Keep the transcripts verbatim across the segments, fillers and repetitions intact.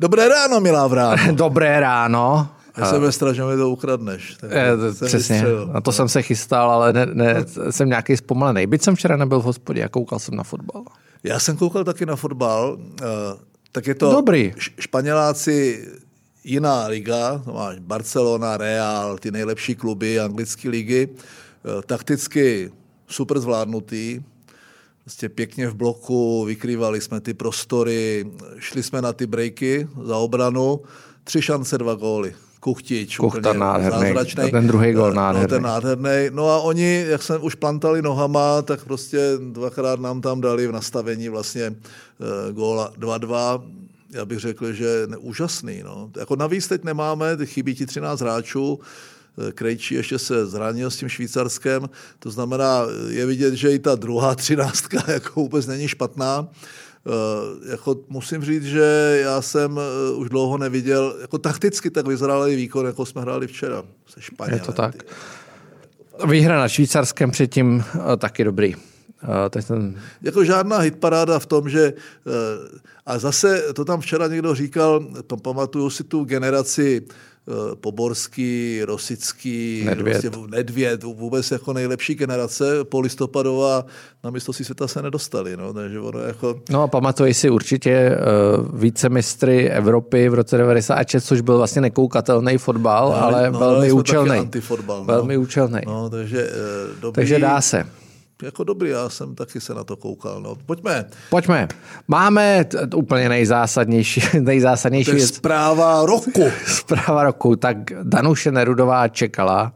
Dobré ráno, milá vráno. Dobré ráno. Já jsem ve straže, že mi to ukradneš. Je, přesně, na to no. jsem se chystal, ale ne, ne, jsem nějaký zpomalený. Byť jsem včera nebyl v hospodě a koukal jsem na fotbal. Já jsem koukal taky na fotbal. Tak je to Dobrý. Španěláci, jiná liga, to máš Barcelona, Real, ty nejlepší kluby anglické ligy. Takticky super zvládnutý. Prostě pěkně v bloku, vykrývali jsme ty prostory, šli jsme na ty breaky za obranu, tři šance, dva góly. Kuchtič, Kuchta nádherný, ten druhý gól nádherný. No, ten nádherný. No a oni, jak jsme už plantali nohama, tak prostě dvakrát nám tam dali v nastavení vlastně uh, góla dva dva. Já bych řekl, že úžasný. No. Jako navíc teď nemáme, chybí ti třináct hráčů, Krejčí ještě se zranil s tím Švýcarskem, to znamená, je vidět, že i ta druhá třináctka jako vůbec není špatná. Uh, jako musím říct, že já jsem uh, už dlouho neviděl, jako takticky tak vyzrálý výkon, jako jsme hráli včera se Španělem. Je to tak. Výhra nad Švýcarskem předtím uh, taky dobrý. Uh, ten... Jako žádná hitparáda v tom, že uh, a zase to tam včera někdo říkal, pamatuju si tu generaci Poborský, Rosický, Nedvěd. Prostě Nedvěd, vůbec jako nejlepší generace, polistopadová, na mistrovství světa se nedostali. No, takže ono jako... no a pamatuji si určitě uh, vícemistry Evropy v roce devadesát šest, což byl vlastně nekoukatelný fotbal, no, ale no, velmi účelný. No. Velmi účelný. No, takže, uh, dobrý, takže dá se. Jako dobrý, já jsem taky se na to koukal. No. Pojďme. Pojďme. Máme t- t- úplně nejzásadnější, nejzásadnější to je věc. Zpráva roku. Zpráva roku. Tak Danuše Nerudová čekala,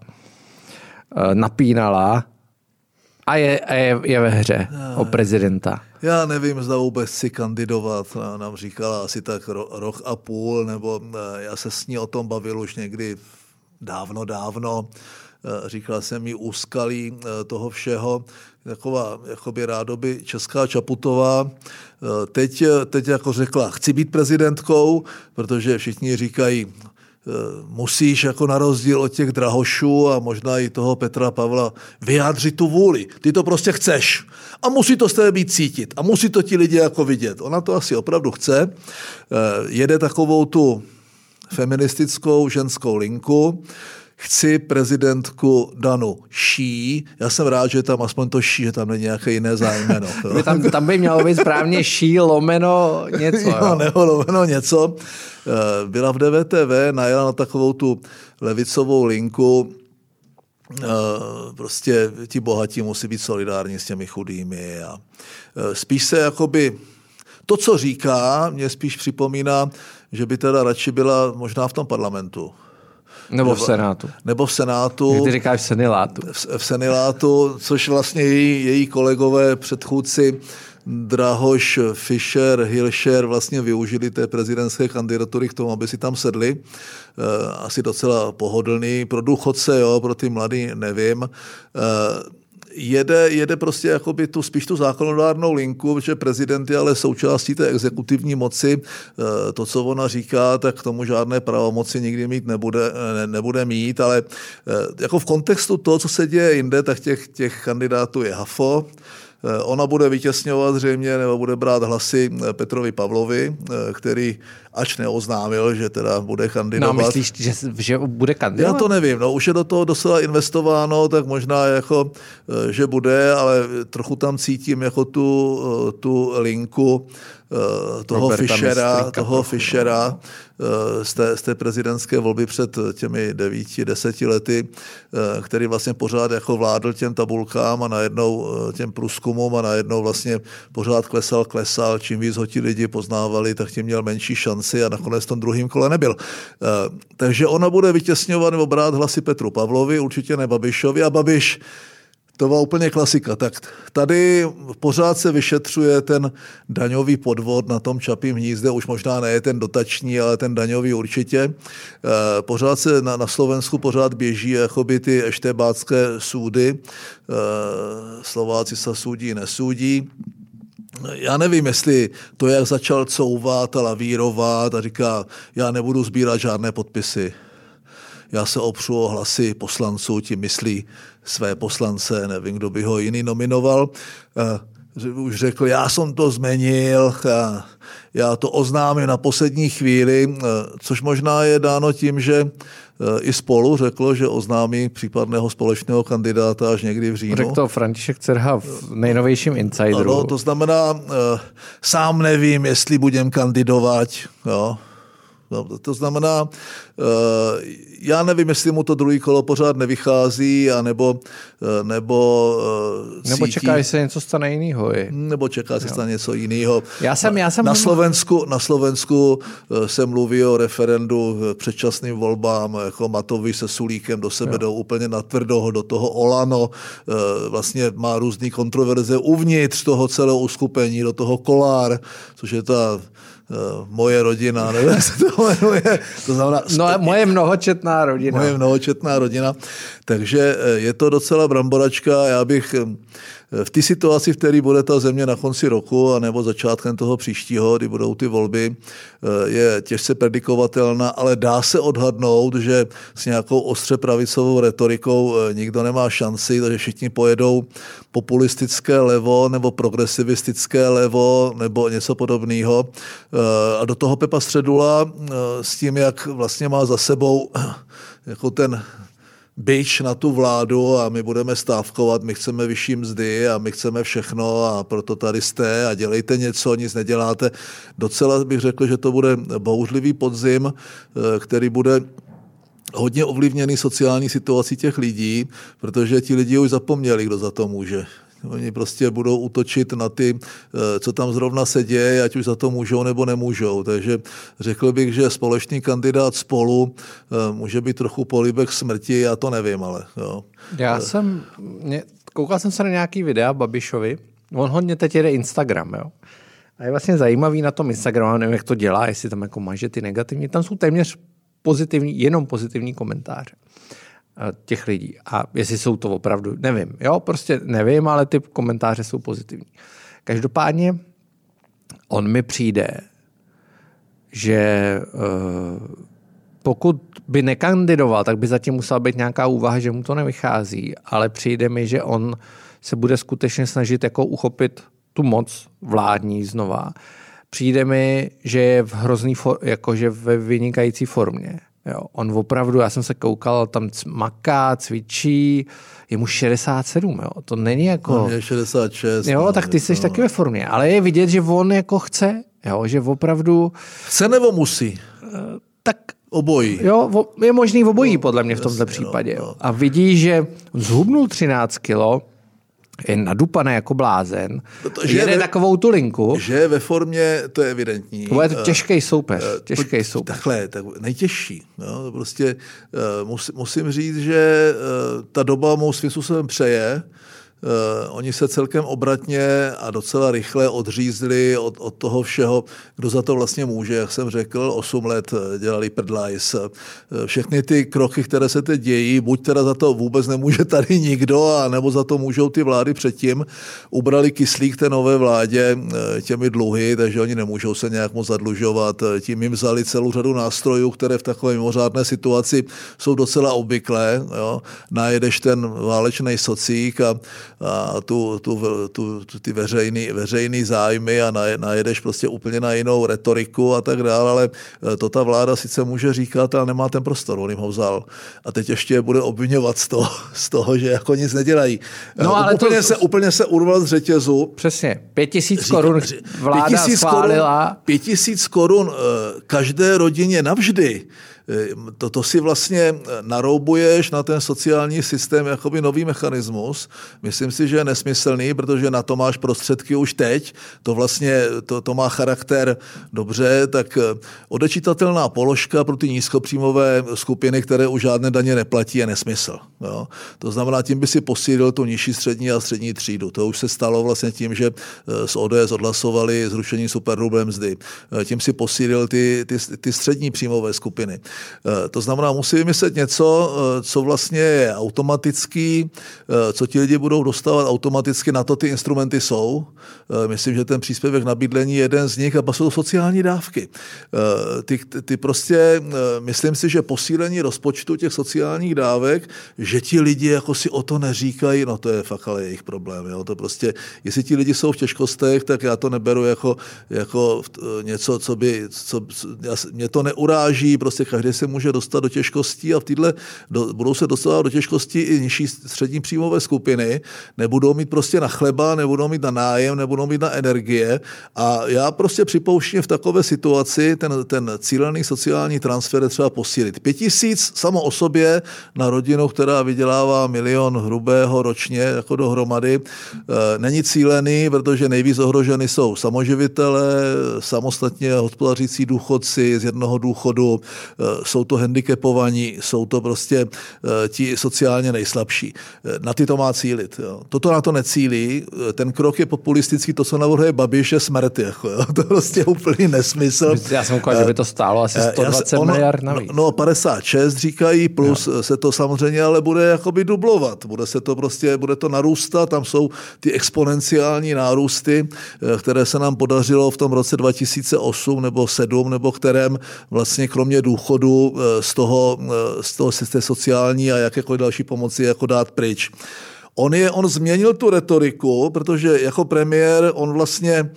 napínala a je, a je, je ve hře já, o prezidenta. Já nevím, zda vůbec si kandidovat. Nám říkala asi tak ro, rok a půl, nebo já se s ní o tom bavil už někdy dávno, dávno. Říkala jsem jí úskalí toho všeho, taková jakoby rádoby česká Čaputová. Teď, teď jako řekla, chci být prezidentkou, protože všichni říkají, musíš jako na rozdíl od těch drahošů a možná i toho Petra Pavla vyjádřit tu vůli. Ty to prostě chceš. A musí to z tebe být cítit. A musí to ti lidi jako vidět. Ona to asi opravdu chce. Jede takovou tu feministickou ženskou linku. Chci prezidentku Danu Ší. Já jsem rád, že tam aspoň to Ší, že tam není nějaké jiné zájmeno. tam, tam by mělo být správně Ší lomeno něco. Jo, nebo lomeno něco. Byla v D V T V, najela na takovou tu levicovou linku. Prostě ti bohatí musí být solidární s těmi chudými. A spíš se jakoby... To, co říká, mě spíš připomíná, že by teda radši byla možná v tom parlamentu. Nebo v Senátu. Nebo v Senátu. Ty říkáš v Senilátu. V, v Senilátu, což vlastně její, její kolegové předchůdci Drahoš, Fischer, Hilšer vlastně využili té prezidentské kandidatury k tomu, aby si tam sedli. E, asi docela pohodlný. Pro důchodce, jo, pro ty mladý nevím. E, Jede, jede prostě jakoby tu, spíš tu zákonodárnou linku, protože prezident je ale součástí té exekutivní moci. To, co ona říká, tak k tomu žádné pravomoci nikdy mít nebude, ne, nebude mít, ale jako v kontextu toho, co se děje jinde, tak těch, těch kandidátů je hafo. Ona bude vytěsňovat zřejmě, nebo bude brát hlasy Petrovi Pavlovi, který ač neoznámil, že teda bude kandidovat. No, myslíš, že, že bude kandidovat? Já to nevím, no, už je do toho docela investováno, tak možná jako, že bude, ale trochu tam cítím jako tu, tu linku toho Fischera, toho Fischera z té, z té prezidentské volby před těmi devíti, deseti lety, který vlastně pořád jako vládl těm tabulkám a najednou těm průzkumům a najednou vlastně pořád klesal, klesal, čím víc ho ti lidi poznávali, tak tím měl menší šanci a nakonec v tom druhém kole nebyl. Takže ona bude vytěsňovat nebo brát hlasy Petru Pavlovi, určitě ne Babišovi a Babiš to byla úplně klasika. Tak tady pořád se vyšetřuje ten daňový podvod na tom Čapím hnízdě, už možná ne ten dotační, ale ten daňový určitě. Pořád se na, na Slovensku pořád běží jakoby ty eštebácké soudy. Slováci se soudí, nesůdí. Já nevím, jestli to, jak začal couvat a lavírovat a říká, já nebudu sbírat žádné podpisy. Já se opřu o hlasy poslanců, tím myslí své poslance, nevím, kdo by ho jiný nominoval. už řekl, já jsem to změnil, já, já to oznámím na poslední chvíli, což možná je dáno tím, že i Spolu řeklo, že oznámí případného společného kandidáta až někdy v říjnu. Řekl to František Cerha v nejnovějším Insideru. Ano, to znamená, sám nevím, jestli budem kandidovat, jo. No, to znamená, já nevím, jestli mu to druhý kolo pořád nevychází, anebo, nebo cítí, nebo čeká, jestli se něco stane jinýho. Je. Nebo čeká, jestli stane něco jinýho. Já jsem, já jsem na, Slovensku, na Slovensku se mluví o referendu předčasným volbám, jako Matovič se Sulíkem do sebe jdou úplně natvrdo, do toho Olano, vlastně má různý kontroverze uvnitř toho celého uskupení, do toho Kolár, což je ta moje rodina, nevím, jak se to jmenuje. To znamená, no, moje mnohočetná rodina. Moje mnohočetná rodina. Takže je to docela bramboračka. Já bych v té situaci, v které bude ta země na konci roku a nebo začátkem toho příštího, kdy budou ty volby, je těžce predikovatelná, ale dá se odhadnout, že s nějakou ostře pravicovou retorikou nikdo nemá šanci, takže všichni pojedou populistické levo nebo progresivistické levo nebo něco podobného. A do toho Pepa Středula s tím, jak vlastně má za sebou jako ten bič na tu vládu a my budeme stávkovat, my chceme vyšší mzdy a my chceme všechno a proto tady jste a dělejte něco, nic neděláte. Docela bych řekl, že to bude bouřlivý podzim, který bude hodně ovlivněný sociální situací těch lidí, protože ti lidi už zapomněli, kdo za to může. Oni prostě budou útočit na ty, co tam zrovna se děje, ať už za to můžou nebo nemůžou. Takže řekl bych, že společný kandidát Spolu může být trochu polibek smrti, já to nevím, ale jo. Já jsem, mě, koukal jsem se na nějaký videa Babišovi, on hodně teď jede Instagram, jo. A je vlastně zajímavý na tom Instagramu, nevím, jak to dělá, jestli tam jako maže ty negativní, tam jsou téměř pozitivní, jenom pozitivní komentáře těch lidí. A jestli jsou to opravdu, nevím. Jo, prostě nevím, ale ty komentáře jsou pozitivní. Každopádně on mi přijde, že uh, pokud by nekandidoval, tak by zatím musela být nějaká úvaha, že mu to nevychází, ale přijde mi, že on se bude skutečně snažit jako uchopit tu moc vládní znova. Přijde mi, že je v hrozný, for, jakože ve vynikající formě. Jo, on opravdu, já jsem se koukal, tam maká, cvičí, je mu šedesát sedm, jo, to není jako... No, je šedesát šest. Jo, no, tak ty jsi to... taky ve formě, ale je vidět, že on jako chce, jo, že opravdu... Chce nebo musí? Tak... Obojí. Jo, je možný obojí, no, podle mě v tomto jasně, případě. no, jo. no. A vidí, že zhubnul třináct kilo, je nadupaný jako blázen, že jede ve, takovou tu linku. Že je ve formě, to je evidentní. To je to těžký soupeř. Těžký soupeř. Takhle, tak nejtěžší. No, prostě uh, musím, musím říct, že uh, ta doba mu svým způsobem přeje. Uh, oni se celkem obratně a docela rychle odřízli od, od toho všeho, kdo za to vlastně může, jak jsem řekl, osm let dělali prdlajs. Uh, všechny ty kroky, které se teď dějí, buď teda za to vůbec nemůže tady nikdo, a nebo za to můžou ty vlády předtím, ubrali kyslík té nové vládě uh, těmi dluhy, takže oni nemůžou se nějak moc zadlužovat. Tím jim vzali celou řadu nástrojů, které v takové mimořádné situaci jsou docela obvyklé. Jo. Najedeš ten válečný socík a a tu, tu, tu, ty veřejný, veřejný zájmy a najedeš prostě úplně na jinou retoriku a tak dále, ale to ta vláda sice může říkat, ale nemá ten prostor, on jim ho vzal. A teď ještě bude obviňovat z toho, z toho že jako nic nedělají. No, ale úplně, to... se, úplně se urval z řetězu. Přesně, pět tisíc korun vláda schválila. Pět tisíc korun každé rodině navždy. To, to si vlastně naroubuješ na ten sociální systém jakoby nový mechanismus. Myslím si, že je nesmyslný, protože na to máš prostředky už teď. To vlastně, to, to má charakter dobře, tak odečitatelná položka pro ty nízkopříjmové skupiny, které už žádné daně neplatí, je nesmysl. Jo? To znamená, tím by si posílil tu nižší střední a střední třídu. To už se stalo vlastně tím, že z O D S odhlasovali zrušení superhrubé mzdy. Tím si posílil ty, ty, ty střední příjmové skupiny. To znamená, musí vymyslet něco, co vlastně je automatický, co ti lidi budou dostávat automaticky, na to ty instrumenty jsou. Myslím, že ten příspěvek na bydlení je jeden z nich a pak jsou to sociální dávky. Ty, ty prostě, myslím si, že posílení rozpočtu těch sociálních dávek, že ti lidi jako si o to neříkají, no to je fakt ale jejich problém. Jo? To prostě, jestli ti lidi jsou v těžkostech, tak já to neberu jako, jako něco, co by, co, mě to neuráží, prostě každý se může dostat do těžkostí a v týhle do, budou se dostávat do těžkostí i nižší střední příjmové skupiny, nebudou mít prostě na chleba, nebudou mít na nájem, nebudou mít na energie a já prostě připouštím v takové situaci ten, ten cílený sociální transfer je třeba posílit. Pět tisíc samo o sobě na rodinu, která vydělává milion hrubého ročně jako dohromady, není cílený, protože nejvíc ohroženy jsou samoživitelé, samostatně hospodařící důchodci z jednoho důchodu, jsou to handicapovaní, jsou to prostě ti sociálně nejslabší. Na ty to má cílit. Jo. Toto na to necílí, ten krok je populistický, to, co navrhuje Babiš, je smrt. Jako, jo. To je prostě úplný nesmysl. Já jsem koukal, že by to stálo asi sto dvacet ono, miliard navíc. No, padesát šest říkají, plus jo. se to samozřejmě ale bude jakoby dublovat. Bude se to prostě, bude to narůstat, tam jsou ty exponenciální nárůsty, které se nám podařilo v tom roce dva tisíce osm nebo sedm, nebo kterém vlastně kromě důchodu z toho, z toho z té sociální a jakékoliv další pomoci jako dát pryč. On, je, on změnil tu retoriku, protože jako premiér on vlastně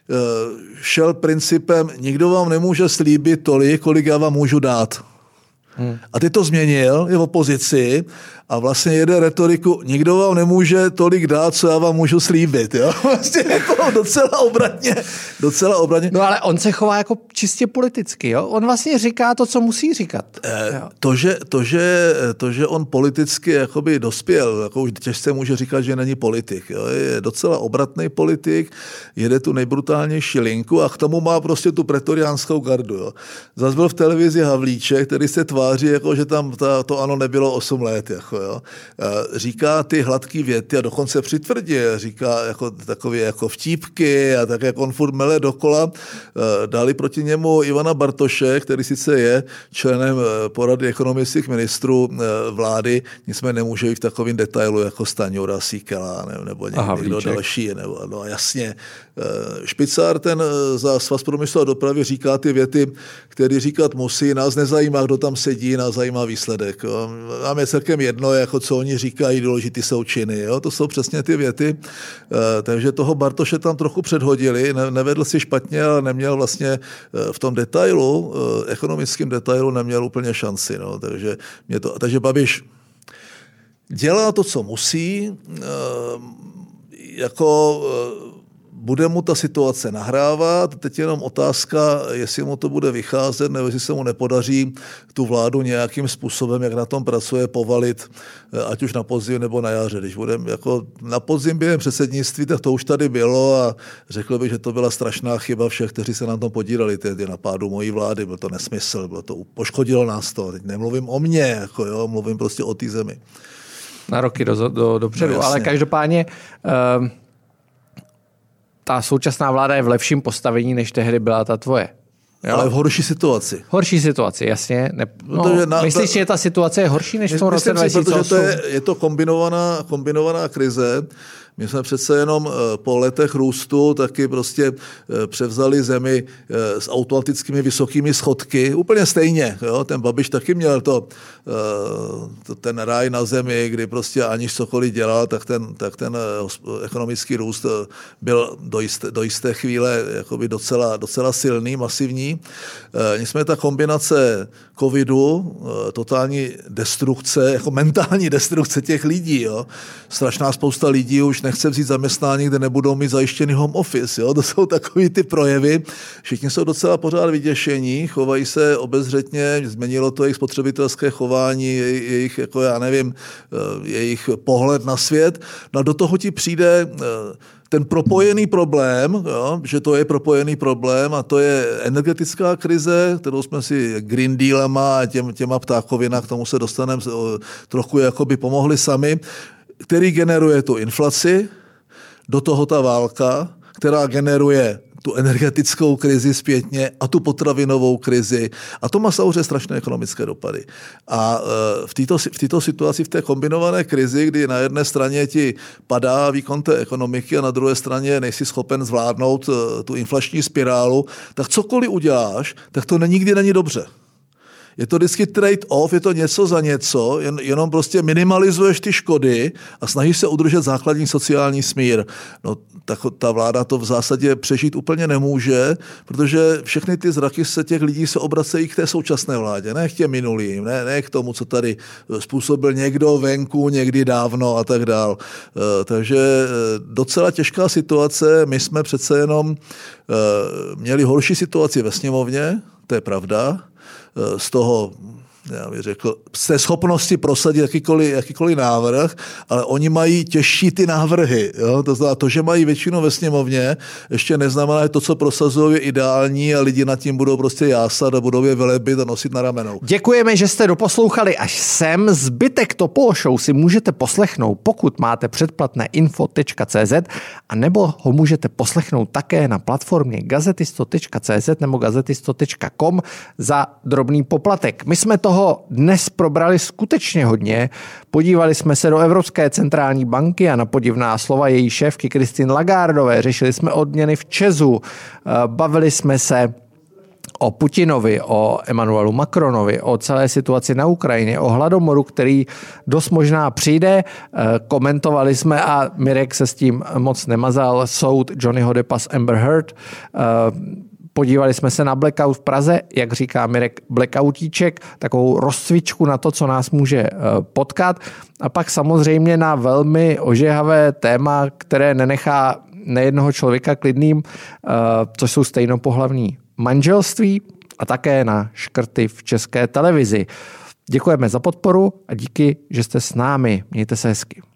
šel principem, nikdo vám nemůže slíbit tolik, kolik já vám můžu dát. Hmm. A ty to změnil, je v opozici a vlastně jede retoriku, nikdo vám nemůže tolik dát, co já vám můžu slíbit. Jo? Vlastně jako docela obratně, docela obratně. No ale on se chová jako čistě politicky. Jo? On vlastně říká to, co musí říkat. Eh, to, že, to, že, to, že on politicky jakoby dospěl, jako už těžce může říkat, že není politik. Jo? Je docela obratný politik, jede tu nejbrutálnější linku a k tomu má prostě tu pretoriánskou gardu. Jo? Zas byl v televizi Havlíček, který se tváří, jako, že tam ta, to ano nebylo osm let. Jako, jo. Říká ty hladký věty a dokonce přitvrdě, říká jako, takové jako vtípky a tak, jak on furt mele dokola. Dali proti němu Ivana Bartoše, který sice je členem porady ekonomických ministrů vlády, nicméně nemůže jít v takovým detailu jako Staňura, Síkela nebo někdo další. Nebo, no jasně. Špicár ten za Svaz průmyslu a dopravy říká ty věty, které říkat musí, nás nezajímá, kdo tam sedí, nás zajímá výsledek. Jo. Nám je celkem jedno, jako co oni říkají, důležitý jsou činy. Jo. To jsou přesně ty věty. Takže toho Bartoše tam trochu předhodili, ne, nevedl si špatně, ale neměl vlastně v tom detailu, ekonomickém detailu neměl úplně šanci. No. Takže, mě to, takže Babiš dělá to, co musí, jako bude mu ta situace nahrávat, teď jenom otázka, jestli mu to bude vycházet, nebo jestli se mu nepodaří tu vládu nějakým způsobem, jak na tom pracuje, povalit, ať už na podzim nebo na jaře. Když budeme jako na podzim během předsednictví, tak to už tady bylo a řekl bych, že to byla strašná chyba všech, kteří se na tom podíleli, tedy na pádu mojí vlády, byl to nesmysl, bylo to, poškodilo nás to. Teď nemluvím o mně, jako jo, mluvím prostě o té zemi. Na roky do, do, dopředu, no, ale každopádně uh... ta současná vláda je v lepším postavení, než tehdy byla ta tvoje. Jo? Ale v horší situaci. Horší situaci, jasně. Ne, no, na, myslíš, že ta situace je horší než v tom roce dva tisíce osm? Protože to je, je to kombinovaná, kombinovaná krize. My jsme přece jenom po letech růstu taky prostě převzali zemi s automatickými vysokými schodky. Úplně stejně. Jo? Ten Babiš taky měl to, to, ten ráj na zemi, kdy prostě aniž cokoliv dělal, tak ten, tak ten ekonomický růst byl do jisté, do jisté chvíle jakoby docela, docela silný, masivní. Nicméně ta kombinace covidu, totální destrukce, jako mentální destrukce těch lidí. Jo? Strašná spousta lidí už nechce vzít zaměstnání, kde nebudou mít zajištěný home office. Jo? To jsou takový ty projevy. Všichni jsou docela pořád vyděšení, chovají se obezřetně, změnilo to jejich spotřebitelské chování, jejich, jako já nevím, jejich pohled na svět. No a do toho ti přijde ten propojený problém, jo, že to je propojený problém a to je energetická krize, kterou jsme si Green Dealama a těm, těma ptákovina, k tomu se dostaneme, trochu jakoby pomohli sami, který generuje tu inflaci, do toho ta válka, která generuje tu energetickou krizi zpětně a tu potravinovou krizi. A to má samozřejmě strašné ekonomické dopady. A v této, v této situaci, v té kombinované krizi, kdy na jedné straně ti padá výkon té ekonomiky a na druhé straně nejsi schopen zvládnout tu inflační spirálu, tak cokoliv uděláš, tak to nikdy není dobře. Je to vždycky trade-off, je to něco za něco, jen, jenom prostě minimalizuješ ty škody a snažíš se udržet základní sociální smír. No, tak ta vláda to v zásadě přežít úplně nemůže, protože všechny ty zraky se těch lidí se obracejí k té současné vládě, ne k těm minulým, ne, ne k tomu, co tady způsobil někdo venku, někdy dávno a tak dál. E, takže docela těžká situace, my jsme přece jenom e, měli horší situaci ve sněmovně, to je pravda, z toho, já bych řekl, z té schopnosti prosadit jakýkoliv, jakýkoliv návrh, ale oni mají těžší ty návrhy. Jo? To znamená, to, že mají většinu ve sněmovně, ještě neznamená, že to, co prosazují, je ideální a lidi nad tím budou prostě jásat a budou je velebit a nosit na ramenou. Děkujeme, že jste doposlouchali až sem. Zbytek Topol Show si můžete poslechnout, pokud máte předplatné info tečka cé zet, a nebo ho můžete poslechnout také na platformě gazetisto tečka cé zet nebo gazetisto tečka com za drobný poplatek. My jsme toho dnes probrali skutečně hodně. Podívali jsme se do Evropské centrální banky a na podivná slova její šéfky Christine Lagardové. Řešili jsme odměny v Česu. Bavili jsme se o Putinovi, o Emmanuelu Macronovi, o celé situaci na Ukrajině, o hladomoru, který dost možná přijde. Komentovali jsme a Mirek se s tím moc nemazal soud Johnnyho Deppa s Amber Heard. Podívali jsme se na blackout v Praze, jak říká Mirek, blackoutíček, takovou rozcvičku na to, co nás může potkat. A pak samozřejmě na velmi ožehavé téma, které nenechá nejednoho člověka klidným, což jsou stejnopohlavní manželství a také na škrty v České televizi. Děkujeme za podporu a díky, že jste s námi. Mějte se hezky.